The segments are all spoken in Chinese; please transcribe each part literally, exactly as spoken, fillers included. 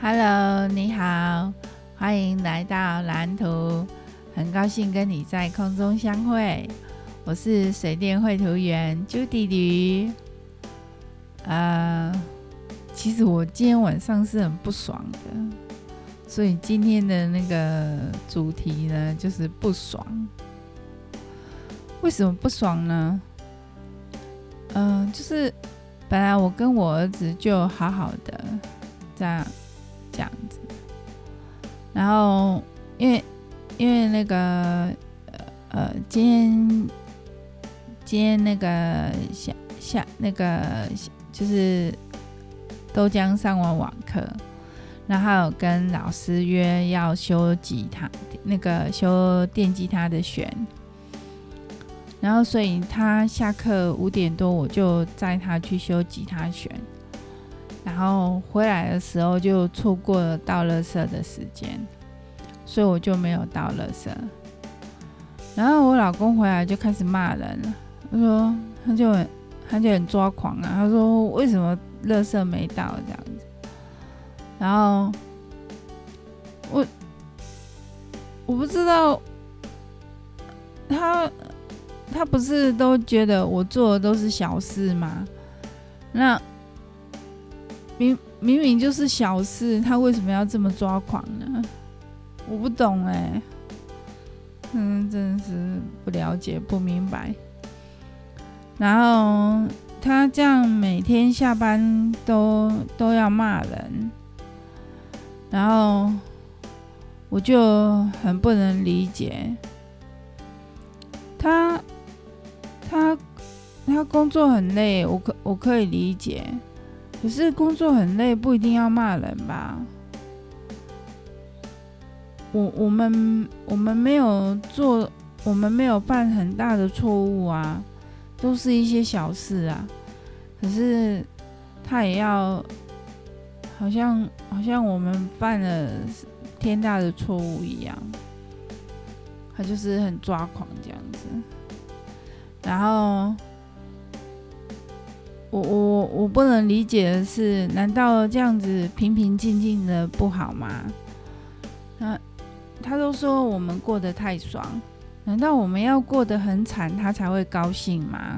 Hello， 你好，欢迎来到蓝图，很高兴跟你在空中相会。我是水电绘图员朱弟弟。呃，其实我今天晚上是很不爽的，所以今天的那个主题呢，就是不爽。为什么不爽呢？嗯、呃，就是本来我跟我儿子就好好的，这样这样子，然后因为因为那个呃，今天今天那个下下那个就是都将上完网课，然后有跟老师约要修吉他，那个修电吉他的弦。然后所以他下课五点多，我就载他去修吉他弦，然后回来的时候就错过了倒垃圾的时间，所以我就没有倒垃圾。然后我老公回来就开始骂人了，他说他就很他就很抓狂啊，他说为什么垃圾没倒这样子。然后我我不知道他。他不是都觉得我做的都是小事吗？那明明明就是小事，他为什么要这么抓狂呢？我不懂哎、欸，嗯，真的是不了解、不明白。然后他这样每天下班都都要骂人，然后我就很不能理解他。他他工作很累，我可我可以理解，可是工作很累不一定要骂人吧？我我们我们没有做，我们没有犯很大的错误啊，都是一些小事啊。可是他也要，好像好像我们犯了天大的错误一样，他就是很抓狂这样子。然后我我我不能理解的是，难道这样子平平静静的不好吗？那他都说我们过得太爽，难道我们要过得很惨，他才会高兴吗？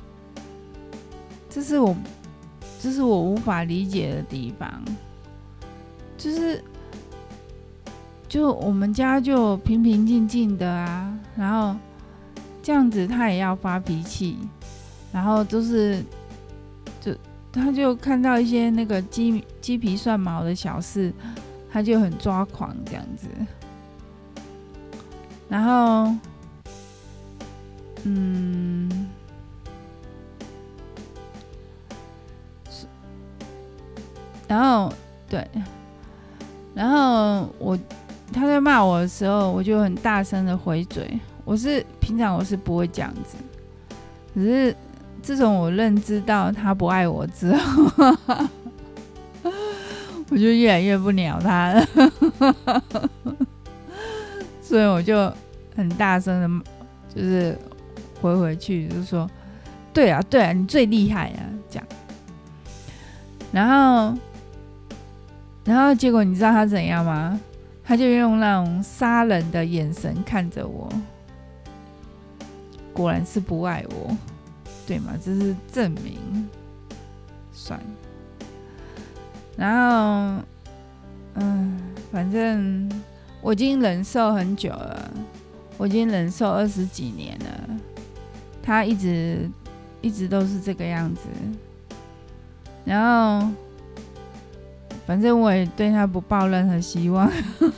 这是我这是我无法理解的地方。就是就我们家就平平静静的啊，然后这样子他也要发脾气，然后就是就他就看到一些那个鸡鸡皮蒜毛的小事，他就很抓狂这样子。然后嗯然后对然后我他在骂我的时候，我就很大声的回嘴。我是平常我是不会这样子，可是自从我认知到他不爱我之后，我就越来越不鸟他了，所以我就很大声的，就是回回去，就说：“对啊，对啊，你最厉害啊！”这样，然后，然后结果你知道他怎样吗？他就用那种杀人的眼神看着我。果然是不爱我，对吗？这是证明。算了，然后，嗯，反正我已经忍受很久了，我已经忍受二十几年了。他一直一直都是这个样子，然后，反正我也对他不抱任何希望。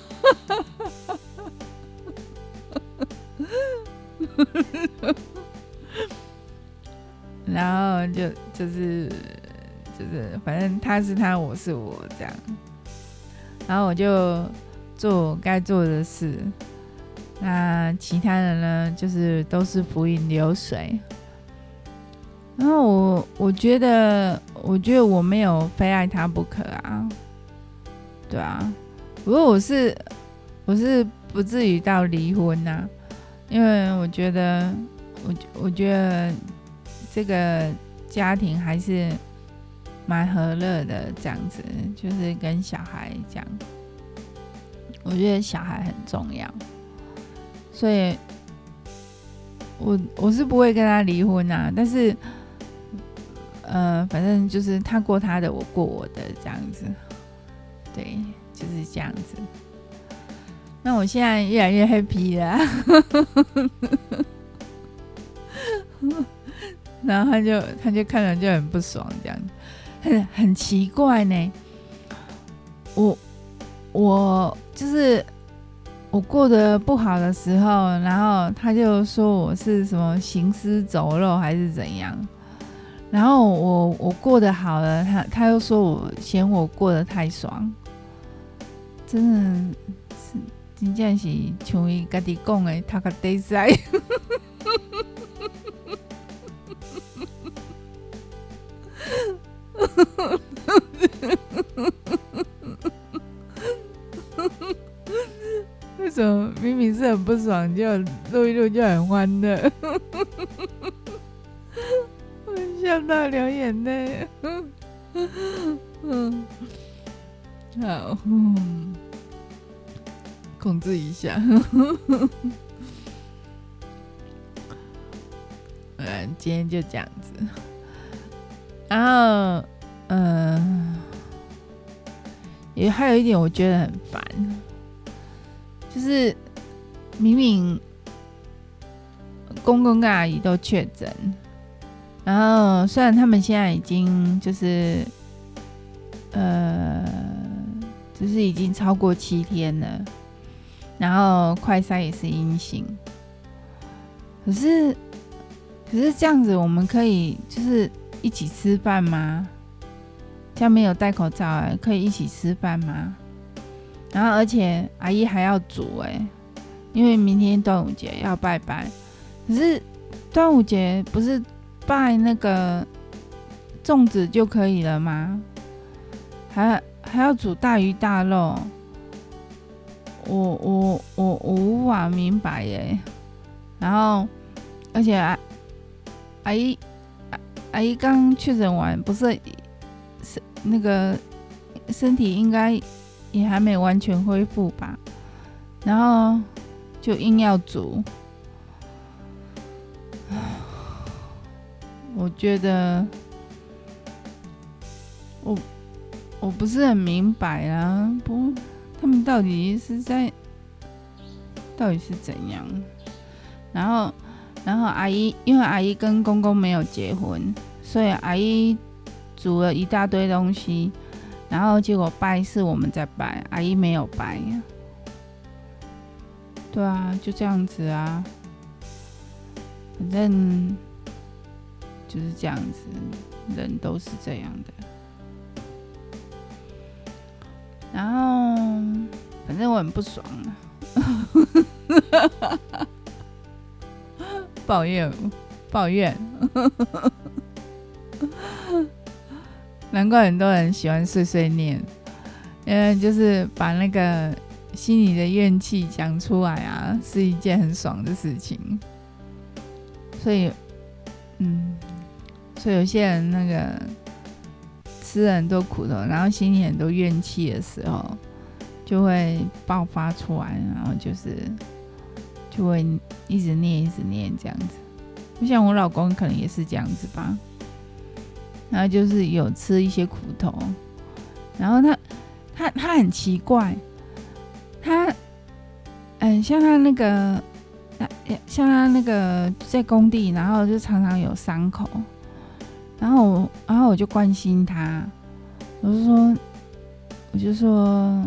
然后就就是就是反正他是他，我是我这样，然后我就做我该做的事，那其他的呢就是都是浮云流水。然后我我觉得我觉得我没有非爱他不可啊，对啊，不过我是我是不至于到离婚啊，因为我觉得我我觉得这个家庭还是蛮和乐的这样子，就是跟小孩讲，我觉得小孩很重要，所以我我是不会跟他离婚啊，但是呃，反正就是他过他的，我过我的这样子，对，就是这样子。那我现在越来越 happy 了、啊，然后他就他就看着就很不爽，这样子，很很奇怪呢。我我就是我过得不好的时候，然后他就说我是什么行尸走肉还是怎样，然后我我过得好了，他他又说我嫌我过得太爽，真的是真正是像伊家己讲的，他个地塞。为什么明明是很不爽，就录一录就很欢乐？我笑到流眼泪。嗯，好，嗯，控制一下。嗯，今天就这样子。然后，嗯、呃，也还有一点我觉得很烦，就是明明公公跟阿姨都确诊，然后虽然他们现在已经就是呃，就是已经超过七天了，然后快筛也是阴性，可是可是这样子我们可以就是一起吃饭吗？这样没有戴口罩哎、欸，可以一起吃饭吗？然后而且阿姨还要煮哎、欸，因为明天端午节要拜拜。可是端午节不是拜那个粽子就可以了吗？还还要煮大鱼大肉，我我我我无法明白耶、欸。然后而且阿阿姨。阿姨刚确诊完，不是那个身体应该也还没完全恢复吧？然后就硬要煮，我觉得我我不是很明白啊，不，他们到底是在到底是怎样？然后。然后阿姨，因为阿姨跟公公没有结婚，所以阿姨煮了一大堆东西，然后结果拜是我们在拜，阿姨没有拜。对啊，就这样子啊，反正就是这样子，人都是这样的。然后反正我很不爽啊。抱怨，抱怨，难怪很多人喜欢碎碎念，因为就是把那个心里的怨气讲出来啊，是一件很爽的事情。所以，嗯，所以有些人那个吃了很多苦头，然后心里很多怨气的时候，就会爆发出来，然后就是。就会一直念一直念这样子，就像我老公可能也是这样子吧，然后就是有吃一些苦头，然后他他他很奇怪，他嗯像他那个像他那个在工地，然后就常常有伤口，然后我然后我就关心他，我就说我就说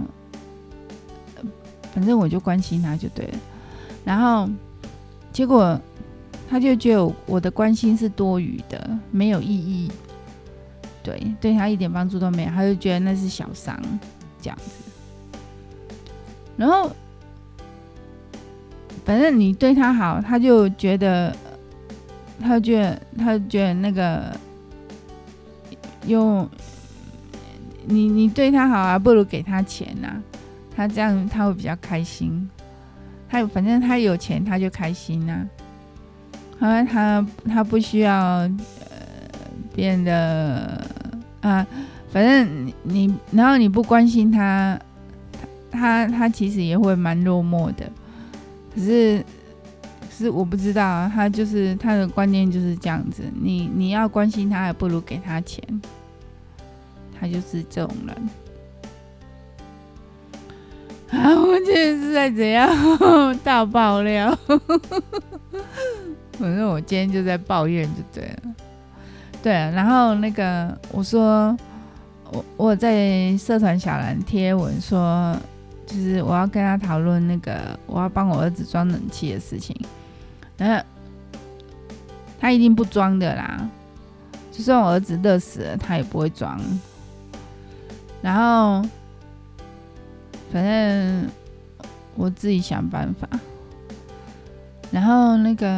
反正我就关心他就对了。然后结果他就觉得我的关心是多余的，没有意义，对，对他一点帮助都没有，他就觉得那是小伤这样子。然后反正你对他好，他就觉得，他就觉得，他就觉得那个用你你对他好啊，不如给他钱啊，他这样他会比较开心。他反正他有钱他就开心啊，他他他不需要呃别人的啊，反正你你，然后你不关心他，他他其实也会蛮落寞的。可是，可是我不知道啊，他就是他的观念就是这样子。你你要关心他，还不如给他钱。他就是这种人。啊，我觉得是在怎样大爆料。反正我今天就在抱怨就对了。对，然后那个我说我我在社团小蓝贴文说，就是我要跟他讨论那个我要帮我儿子装冷气的事情，然后他一定不装的啦，就算我儿子热死了，他也不会装。然后反正我自己想办法。然后那个，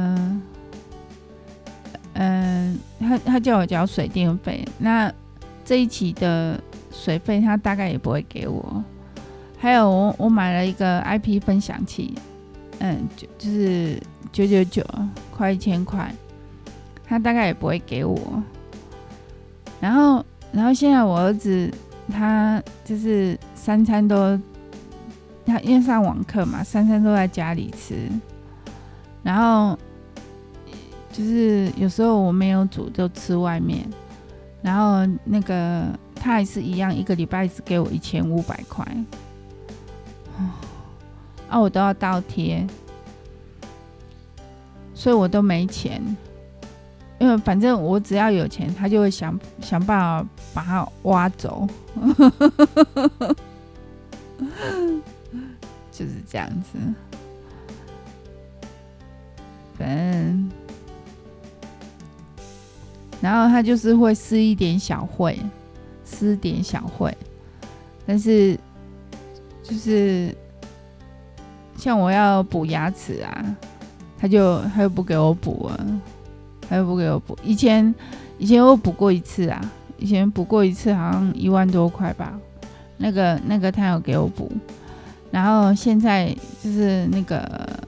嗯、呃，他他叫我缴水电费，那这一期的水费他大概也不会给我。还有我我买了一个 I P 分享器，嗯，就就是九九九，快一千块，他大概也不会给我。然后然后现在我儿子他就是三餐都，他因为上网课嘛，三餐都在家里吃。然后就是有时候我没有煮就吃外面，然后那个他还是一样，一个礼拜只给我一千五百块，啊，我都要倒贴，所以我都没钱，因为反正我只要有钱，他就会想想办法把它挖走，就是这样子。反正，然后他就是会施一点小惠，施点小惠，但是就是像我要补牙齿啊，他就他又不给我补了，他又不给我补。以前以前我补过一次啊，以前补过一次好像一万多块吧，那个那个他有给我补，然后现在就是那个。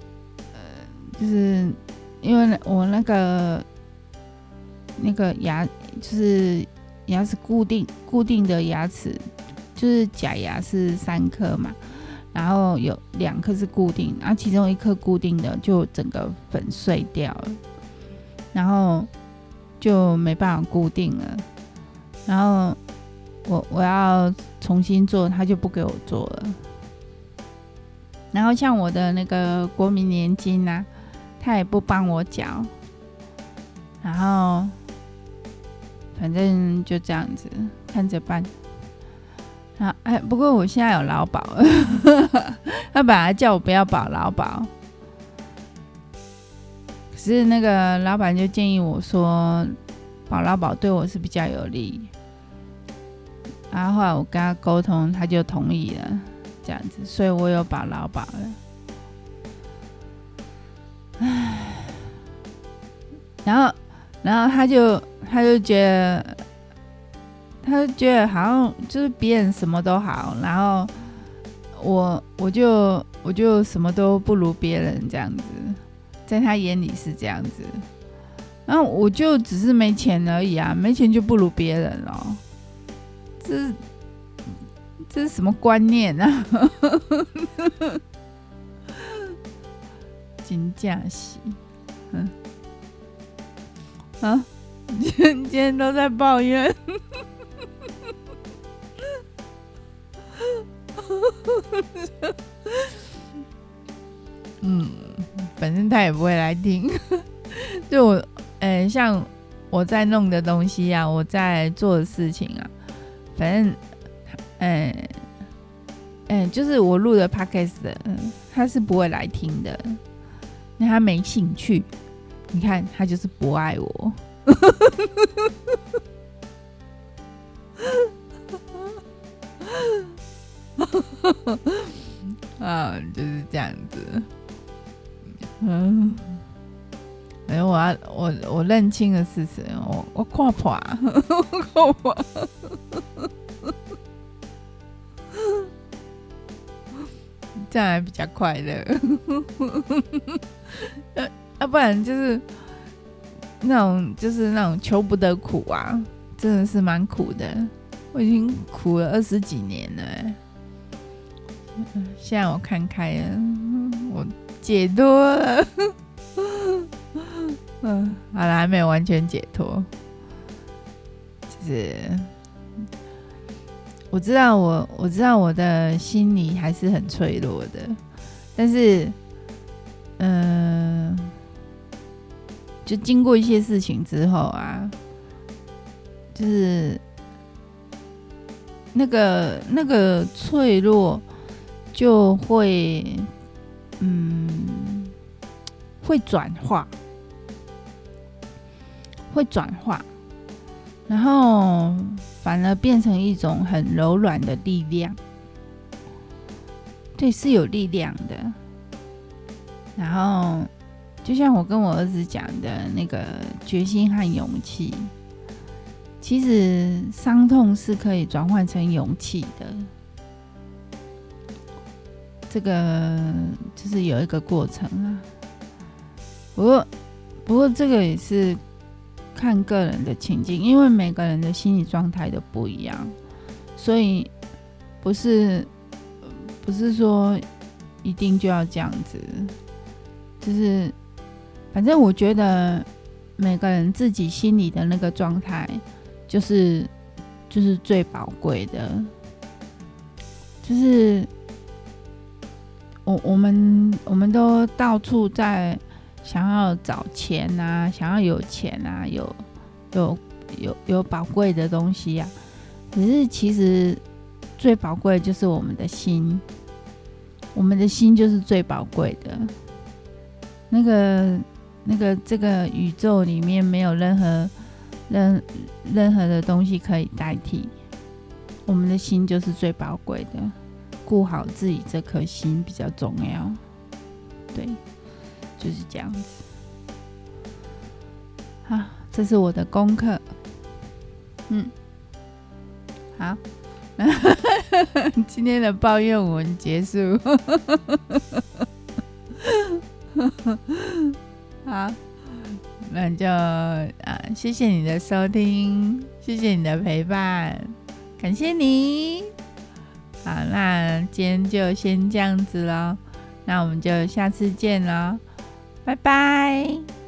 就是因为我那个那个牙就是牙齿固定固定的牙齿，就是假牙是三颗嘛，然后有两颗是固定，然后其中一颗固定的就整个粉碎掉了，然后就没办法固定了，然后我我要重新做，他就不给我做了。然后像我的那个国民年金啊，他也不帮我缴，然后反正就这样子看着办。啊，哎，不过我现在有劳保了，他本来叫我不要保劳保，可是那个老板就建议我说，保劳保对我是比较有利。然后后来我跟他沟通，他就同意了，这样子，所以我有保劳保了。唉，然后，然后他就他就觉得，他就觉得好像就是别人什么都好，然后我我就我就什么都不如别人这样子，在他眼里是这样子。然后我就只是没钱而已啊，没钱就不如别人了，这是这是什么观念啊？金价喜，嗯，啊，今天都在抱怨，嗯，反正他也不会来听。对我，哎、欸，像我在弄的东西啊，我在做的事情啊，反正，哎、欸，哎、欸，就是我录的 podcast 的，嗯，他是不会来听的。因为他没兴趣，你看他就是不爱我。啊，就是这样子。嗯，哎、欸，我要我我认清了事实，我我看破，我看破。这样还比较快乐。要、啊、不然就是那种就是那种求不得苦啊， 真的是蛮苦的，我已经苦了二十几年了。现在我看开了，我解脱了。嗯，好了，还没有完全解脱，就是我知道我我知道我的心理还是很脆弱的，但是，嗯、呃，就经过一些事情之后啊，就是那个那个脆弱就会，嗯，会转化，会转化，然后反而变成一种很柔软的力量。对，是有力量的。然后就像我跟我儿子讲的那个决心和勇气，其实伤痛是可以转换成勇气的。这个就是有一个过程啊。不过，不过这个也是看个人的情境，因为每个人的心理状态都不一样，所以不是不是说一定就要这样子。就是反正我觉得每个人自己心里的那个状态，就是就是最宝贵的。就是我我们我们都到处在想要找钱啊，想要有钱啊，有有有有宝贵的东西啊。可是其实最宝贵的就是我们的心，我们的心就是最宝贵的。那个那个这个宇宙里面没有任何任任何的东西可以代替，我们的心就是最宝贵的。顾好自己这颗心比较重要。对，就是这样子。好，这是我的功课。嗯，好，今天的抱怨文结束。好，那就啊，谢谢你的收听，谢谢你的陪伴，感谢你。好，那今天就先这样子咯，那我们就下次见咯，拜拜。